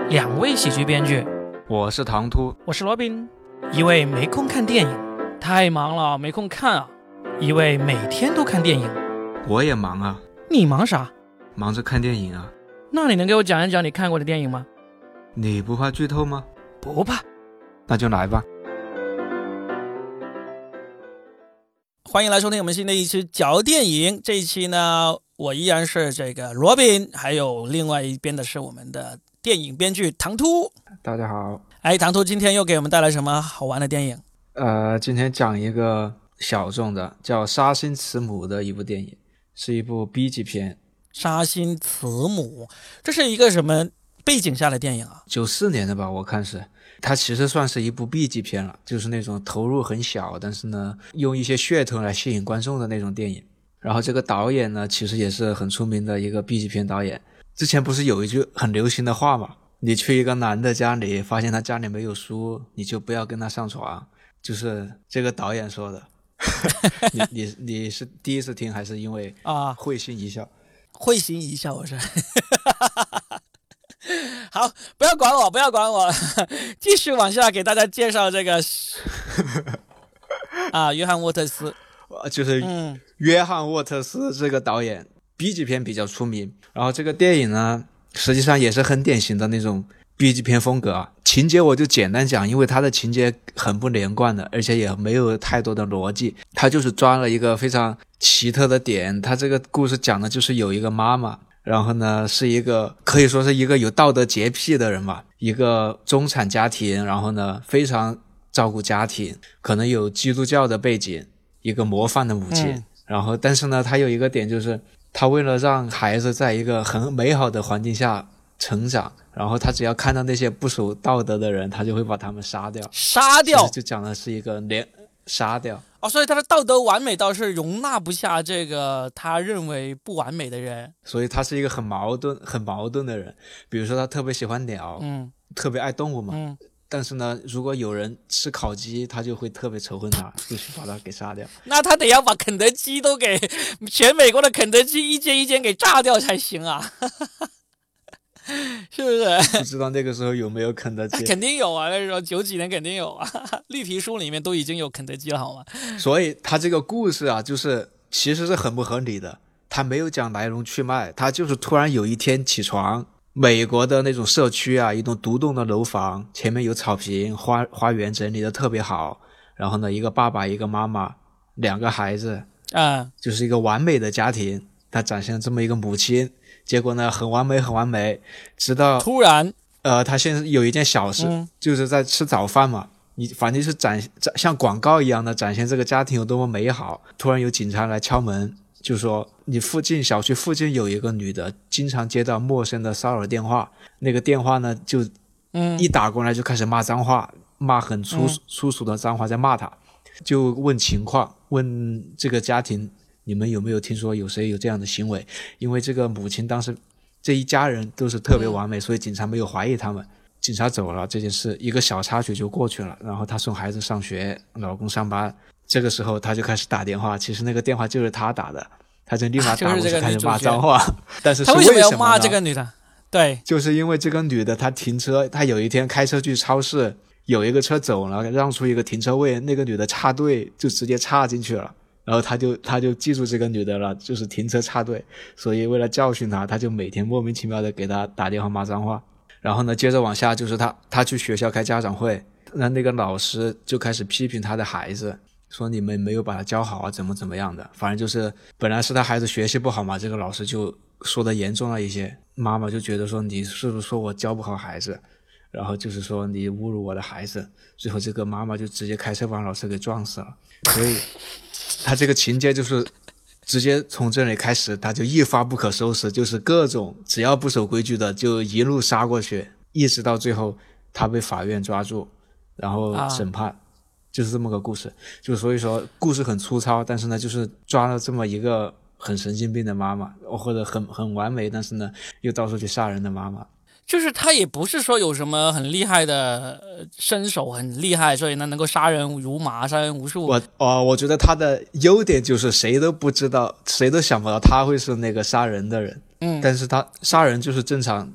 两位喜剧编剧， 我是唐突， 我是罗宾。一位没空看电影，太忙了没空看啊；一位每天都看电影， 我也忙啊。 你忙啥？ 忙着看电影啊。 那你能给我讲一讲你看过的电影吗？ 你不怕剧透吗？ 不怕。 那就来吧。 欢迎来收听我们新的一期嚼电影。这一期呢，我依然是这个罗宾，还有另外一边的是我们的电影编剧唐突。 大家好。 唐突今天又给我们带来什么好玩的电影？ 今天讲一个小众的叫《杀心慈母》的一部电影，是一部 B 级片。 杀心慈母，这是一个什么背景下的电影啊 ？94年的吧，我看是。它其实算是一部 B 级片了，就是那种投入很小，但是呢用一些噱头来吸引观众的那种电影。然后这个导演呢其实也是很出名的一个 B 级片导演。之前不是有一句很流行的话嘛，你去一个男的家里发现他家里没有书，你就不要跟他上床，就是这个导演说的。你是第一次听还是因为会心一笑？ 会心一笑，我是好，不要管我继续往下给大家介绍这个约翰沃特斯。 就是约翰沃特斯这个导演 B 级片比较出名，然后这个电影呢实际上也是很典型的那种 B 级片风格。情节我就简单讲，因为它的情节很不连贯的，而且也没有太多的逻辑，它就是抓了一个非常奇特的点。它这个故事讲的就是有一个妈妈，然后呢是一个可以说是一个有道德洁癖的人嘛，一个中产家庭，然后呢非常照顾家庭，可能有基督教的背景，一个模范的母亲。然后但是呢他有一个点，就是他为了让孩子在一个很美好的环境下成长，然后他只要看到那些不守道德的人，他就会把他们杀掉。就讲的是一个杀掉。 所以他的道德完美倒是容纳不下这个他认为不完美的人， 所以他是一个很矛盾的人。比如说他特别喜欢鸟，特别爱动物嘛，但是呢如果有人吃烤鸡，他就会特别仇恨他，就去把他给杀掉。 那他得要把肯德基都给全美国的肯德基一间一间给炸掉才行啊是不是？ 不知道那个时候有没有肯德基？ 肯定有啊，那时候90几年肯定有啊，绿皮书里面都已经有肯德基了好吗？ 所以他这个故事啊，就是其实是很不合理的，他没有讲来龙去脉，他就是突然有一天起床，美国的那种社区啊，一栋独栋的楼房，前面有草坪，花园整理的特别好，然后呢一个爸爸一个妈妈两个孩子就是一个完美的家庭，他展现了这么一个母亲。结果呢很完美，直到突然他现在有一件小事，就是在吃早饭嘛，你反正是像广告一样的展现这个家庭有多么美好。突然有警察来敲门，就说你小区附近有一个女的经常接到陌生的骚扰电话，那个电话呢就一打过来就开始骂脏话，骂很粗俗的脏话在骂他，就问情况，问这个家庭你们有没有听说有谁有这样的行为。因为这个母亲当时这一家人都是特别完美，所以警察没有怀疑他们。警察走了，这件事一个小插曲就过去了，然后他送孩子上学，老公上班。这个时候他就开始打电话，其实那个电话就是他打的，他就立马打过去开始骂脏话。但是他为什么要骂这个女的？对， 就是因为这个女的她停车，她有一天开车去超市，有一个车走了，让出一个停车位，那个女的插队就直接插进去了，然后他就记住这个女的了，就是停车插队，所以为了教训她，他就每天莫名其妙的给她打电话骂脏话。然后呢接着往下就是他去学校开家长会，那个老师就开始批评他的孩子，说你们没有把他教好啊，怎么样的。反正就是本来是他孩子学习不好嘛，这个老师就说的严重了一些，妈妈就觉得说你是不是说我教不好孩子，然后就是说你侮辱我的孩子，最后这个妈妈就直接开车把老师给撞死了。所以他这个情节就是直接从这里开始，他就一发不可收拾，就是各种只要不守规矩的就一路杀过去，一直到最后他被法院抓住然后审判，就是这么个故事。就所以说故事很粗糙，但是呢就是抓了这么一个很神经病的妈妈，或者很完美但是呢又到处去杀人的妈妈。 就是他也不是说有什么很厉害的身手很厉害，所以呢能够杀人如麻，杀人无数。 我觉得他的优点就是谁都不知道，谁都想不到他会是那个杀人的人。但是他杀人就是正常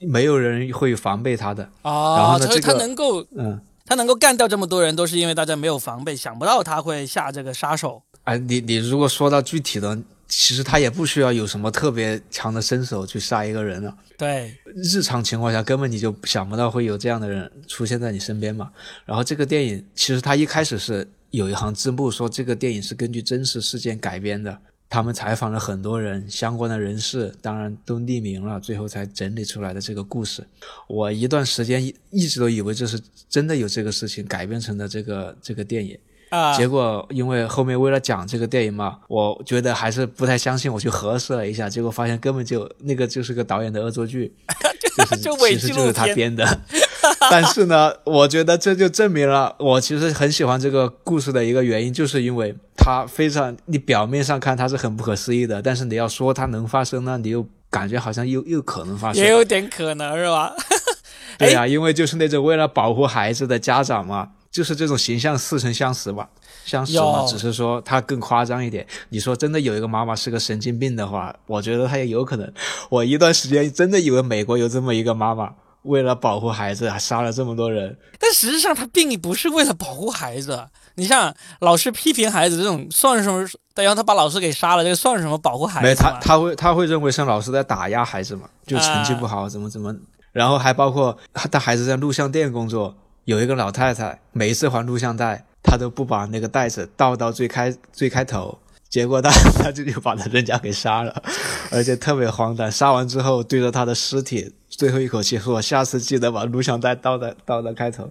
没有人会防备他的。 哦， 然后呢， 所以他能够他能够干掉这么多人，都是因为大家没有防备，想不到他会下这个杀手。 哎，你如果说到具体的，其实他也不需要有什么特别强的身手去杀一个人了。 对， 日常情况下根本你就想不到会有这样的人出现在你身边嘛。然后这个电影其实他一开始是有一行字幕说这个电影是根据真实事件改编的，他们采访了很多人，相关的人士当然都匿名了，最后才整理出来的这个故事。我一段时间一直都以为这是真的有这个事情改编成的这个电影。结果因为后面为了讲这个电影嘛，我觉得还是不太相信，我去核实了一下，结果发现根本就那个就是个导演的恶作剧，其实就是他编的。但是呢，我觉得这就证明了我其实很喜欢这个故事的一个原因，就是因为它非常，你表面上看它是很不可思议的，但是你要说它能发生呢，你又感觉好像又可能发生， 也有点可能是吧？ 对啊，因为就是那种为了保护孩子的家长嘛，就是这种形象似曾相识吧，只是说他更夸张一点。你说真的有一个妈妈是个神经病的话，我觉得他也有可能。我一段时间真的以为美国有这么一个妈妈，为了保护孩子还杀了这么多人。 但实际上他并不是为了保护孩子，你像老师批评孩子这种算什么？然后他把老师给杀了，这个算什么保护孩子？ 没，他会认为是老师在打压孩子嘛，就成绩不好怎么。然后还包括他孩子在录像店工作，有一个老太太每一次还录像带，他都不把那个袋子倒到最开头，结果他就把人家给杀了，而且特别荒诞。杀完之后对着他的尸体最后一口气说：“下次记得把录像带倒到开头。”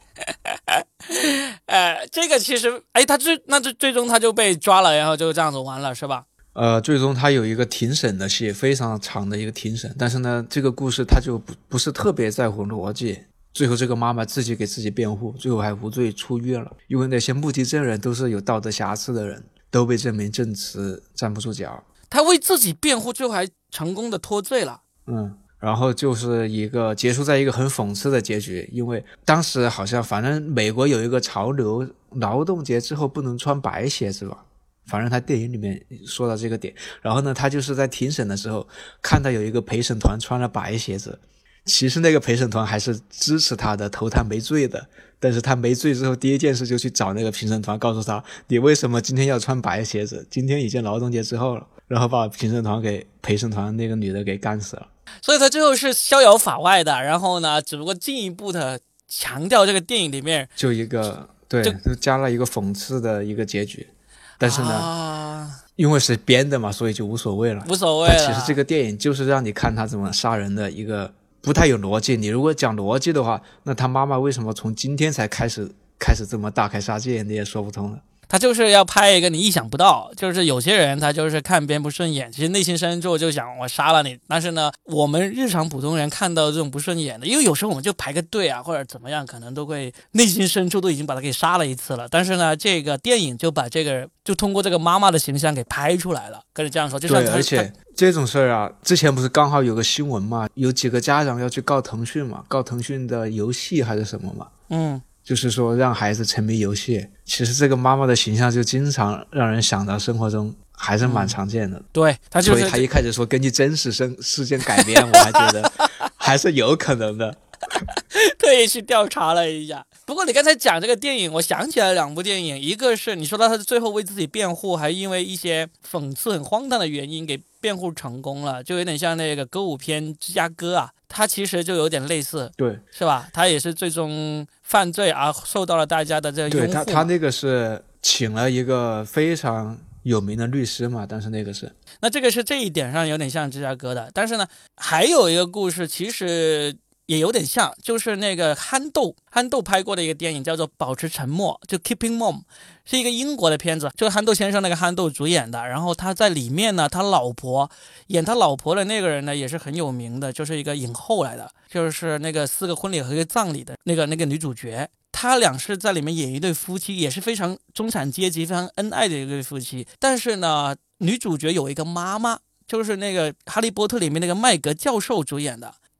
这个其实，他最终他就被抓了，然后就这样子完了，是吧？ 最终他有一个庭审的戏，非常长的一个庭审，但是呢，这个故事他就不是特别在乎逻辑。最后这个妈妈自己给自己辩护，最后还无罪出狱了，因为那些目击证人都是有道德瑕疵的人，都被证明证词站不住脚。 他为自己辩护，最后还成功的脱罪了。 然后就是结束在一个很讽刺的结局，因为当时好像反正美国有一个潮流，劳动节之后不能穿白鞋子吧，反正他电影里面说到这个点。然后呢，他就是在庭审的时候看到有一个陪审团穿了白鞋子，其实那个陪审团还是支持他的，投他没罪的。但是他没罪之后，第一件事就去找那个评审团，告诉他你为什么今天要穿白鞋子，今天已经劳动节之后了，然后把评审团陪审团那个女的给干死了。 所以他最后是逍遥法外的，然后呢，只不过进一步的强调这个电影里面就一个对，就加了一个讽刺的一个结局。但是呢，因为是编的嘛，所以就无所谓了。 无所谓了。 其实这个电影就是让你看他怎么杀人的一个不太有逻辑。你如果讲逻辑的话，那他妈妈为什么从今天才开始这么大开杀戒，你也说不通了。 他就是要拍一个你意想不到，就是有些人他就是看别人不顺眼，其实内心深处就想我杀了你。但是呢，我们日常普通人看到这种不顺眼的，因为有时候我们就排个队啊，或者怎么样，可能都会内心深处都已经把他给杀了一次了。但是呢，这个电影就把就通过这个妈妈的形象给拍出来了。可以这样说，就像对，而且这种事儿啊，之前不是刚好有个新闻嘛，有几个家长要去告腾讯嘛，告腾讯的游戏还是什么嘛，就是说让孩子沉迷游戏。其实这个妈妈的形象就经常让人想到生活中还是蛮常见的。 对，所以他一开始说根据真实事件改编，我还觉得还是有可能的。 特意去调查了一下。不过你刚才讲这个电影，我想起来两部电影，一个是你说到他最后为自己辩护，还因为一些讽刺很荒诞的原因给辩护成功了，就有点像那个歌舞片《芝加哥》啊，它其实就有点类似， 对， 是吧？他也是最终犯罪而受到了大家的这个拥护。 对，他那个是请了一个非常有名的律师嘛，但是那这个是这一点上有点像芝加哥的。但是呢，还有一个故事其实也有点像，就是那个憨豆拍过的一个电影叫做《保持沉默》，就 Keeping Mum， 是一个英国的片子，就是憨豆先生那个憨豆主演的。然后他在里面呢，演他老婆的那个人呢也是很有名的，就是一个影后来的，就是那个4个婚礼和一个葬礼的那个女主角。他俩是在里面演一对夫妻，也是非常中产阶级非常恩爱的一对夫妻。但是呢，女主角有一个妈妈，就是那个哈利波特里面那个麦格教授主演的，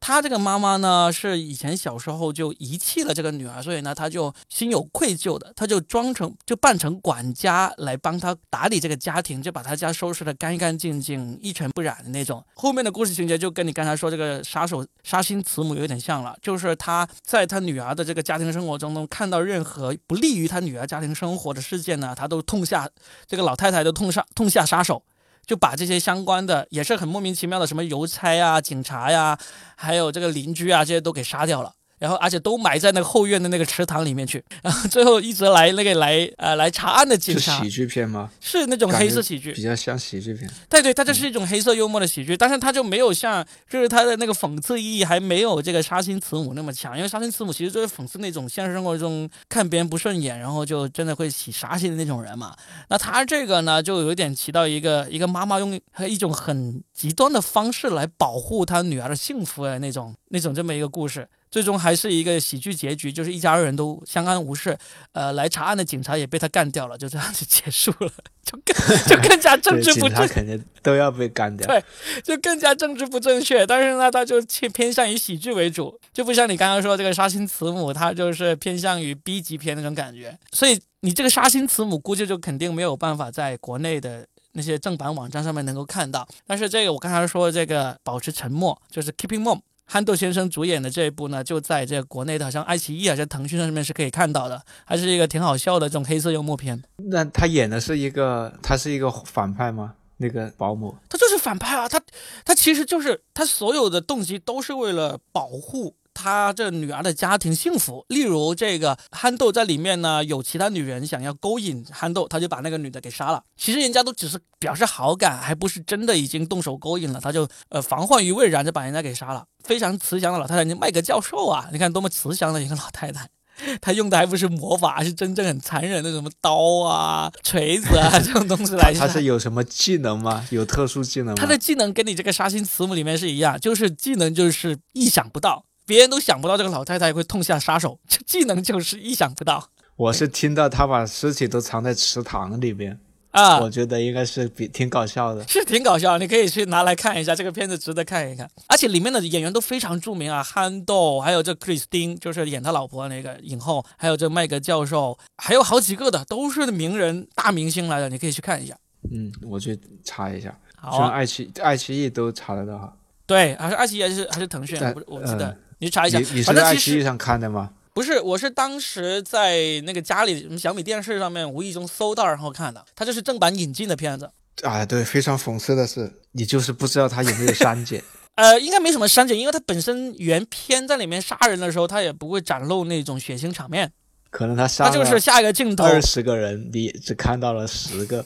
他这个妈妈呢是以前小时候就遗弃了这个女儿，所以呢他就心有愧疚的，他就扮成管家来帮他打理这个家庭，就把他家收拾得干干净净一尘不染的那种。后面的故事情节就跟你刚才说这个杀心慈母有点像了，就是他在他女儿的这个家庭生活中看到任何不利于他女儿家庭生活的事件呢，他都这个老太太都痛下杀手，就把这些相关的也是很莫名其妙的什么邮差啊、警察呀，还有这个邻居啊，这些都给杀掉了。然后而且都埋在那个后院的那个池塘里面去，然后最后一直来查案的警察。 是喜剧片吗？ 是那种黑色喜剧， 比较像喜剧片。 对，它就是一种黑色幽默的喜剧，但是它就没有像，就是它的那个讽刺意义还没有这个杀心慈母那么强，因为杀心慈母其实就是讽刺那种现实生活中看别人不顺眼，然后就真的会起杀心的那种人嘛。那他这个呢，就有点起到一个妈妈用一种很极端的方式来保护他女儿的幸福的那种这么一个故事。最终还是一个喜剧结局，就是一家人都相安无事，来查案的警察也被他干掉了，就这样子结束了，就更加政治不正确， 警察肯定都要被干掉， 对，就更加政治不正确。但是呢，他就偏向于喜剧为主，就不像你刚刚说这个杀心慈母，他就是偏向于 B 级片那种感觉。所以你这个杀心慈母估计就肯定没有办法在国内的那些正版网站上面能够看到。但是这个我刚才说这个保持沉默，就是 Keeping Mum。憨豆先生主演的这一部呢，就在这个国内的好像爱奇艺还是腾讯上面是可以看到的，还是一个挺好笑的这种黑色幽默片。 那他演的是他是一个反派吗？那个保姆， 他就是反派啊！他其实就是他所有的动机都是为了保护他这女儿的家庭幸福。例如这个憨豆在里面呢，有其他女人想要勾引憨豆，他就把那个女的给杀了。其实人家都只是表示好感，还不是真的已经动手勾引了，他就防患于未然，就把人家给杀了。非常慈祥的老太太，你麦格教授啊，你看多么慈祥的一个老太太。他用的还不是魔法，是真正很残忍的什么刀啊、锤子啊这种东西来杀。 他是有什么技能吗？有特殊技能吗？ 他的技能跟你这个杀心慈母里面是一样，就是技能就是意想不到，别人都想不到这个老太太会痛下杀手，这技能就是意想不到。 我是听到他把尸体都藏在池塘里边啊， 我觉得应该是挺搞笑的， 是挺搞笑，你可以去拿来看一下，这个片子值得看一看。而且里面的演员都非常著名啊，憨豆，还有这克里斯汀，就是演他老婆那个影后，还有这麦格教授，还有好几个的都是名人大明星来的，你可以去看一下。 我去查一下。 好虽然爱奇艺都查得到哈。 对，还是爱奇艺还是腾讯，我记得，你查一下。 你是在爱奇艺上看的吗？ 不是，我是当时在那个家里小米电视上面无意中搜到然后看的，它就是正版引进的片子。 对，非常讽刺的是，你就是不知道它有没有删减。 应该没什么删减，因为它本身原片在里面杀人的时候，它也不会展露那种血腥场面。 可能他杀了， 它就是下一个镜头 20个人，你只看到了10个。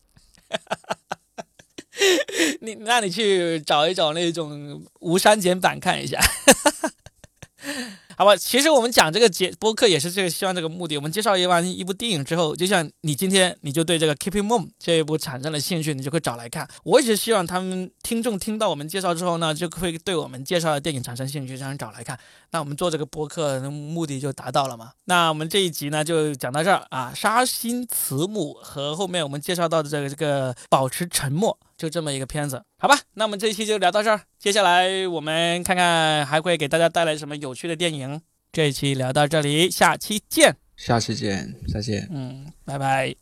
那你去找一找那种无删减版看一下。好吧，其实我们讲这个播客也是希望这个目的。我们介绍完一部电影之后，就像你今天你就对这个 Keeping Mum 这一部产生了兴趣，你就会找来看。我也是希望他们听众听到我们介绍之后呢，就会对我们介绍的电影产生兴趣，让人找来看。那我们做这个播客的目的就达到了嘛。那我们这一集呢就讲到这儿啊，杀心慈母和后面我们介绍到的这个保持沉默，就这么一个片子，好吧？那我们这一期就聊到这儿，接下来我们看看还会给大家带来什么有趣的电影。这一期聊到这里，下期见。 下期见，再见。 拜拜。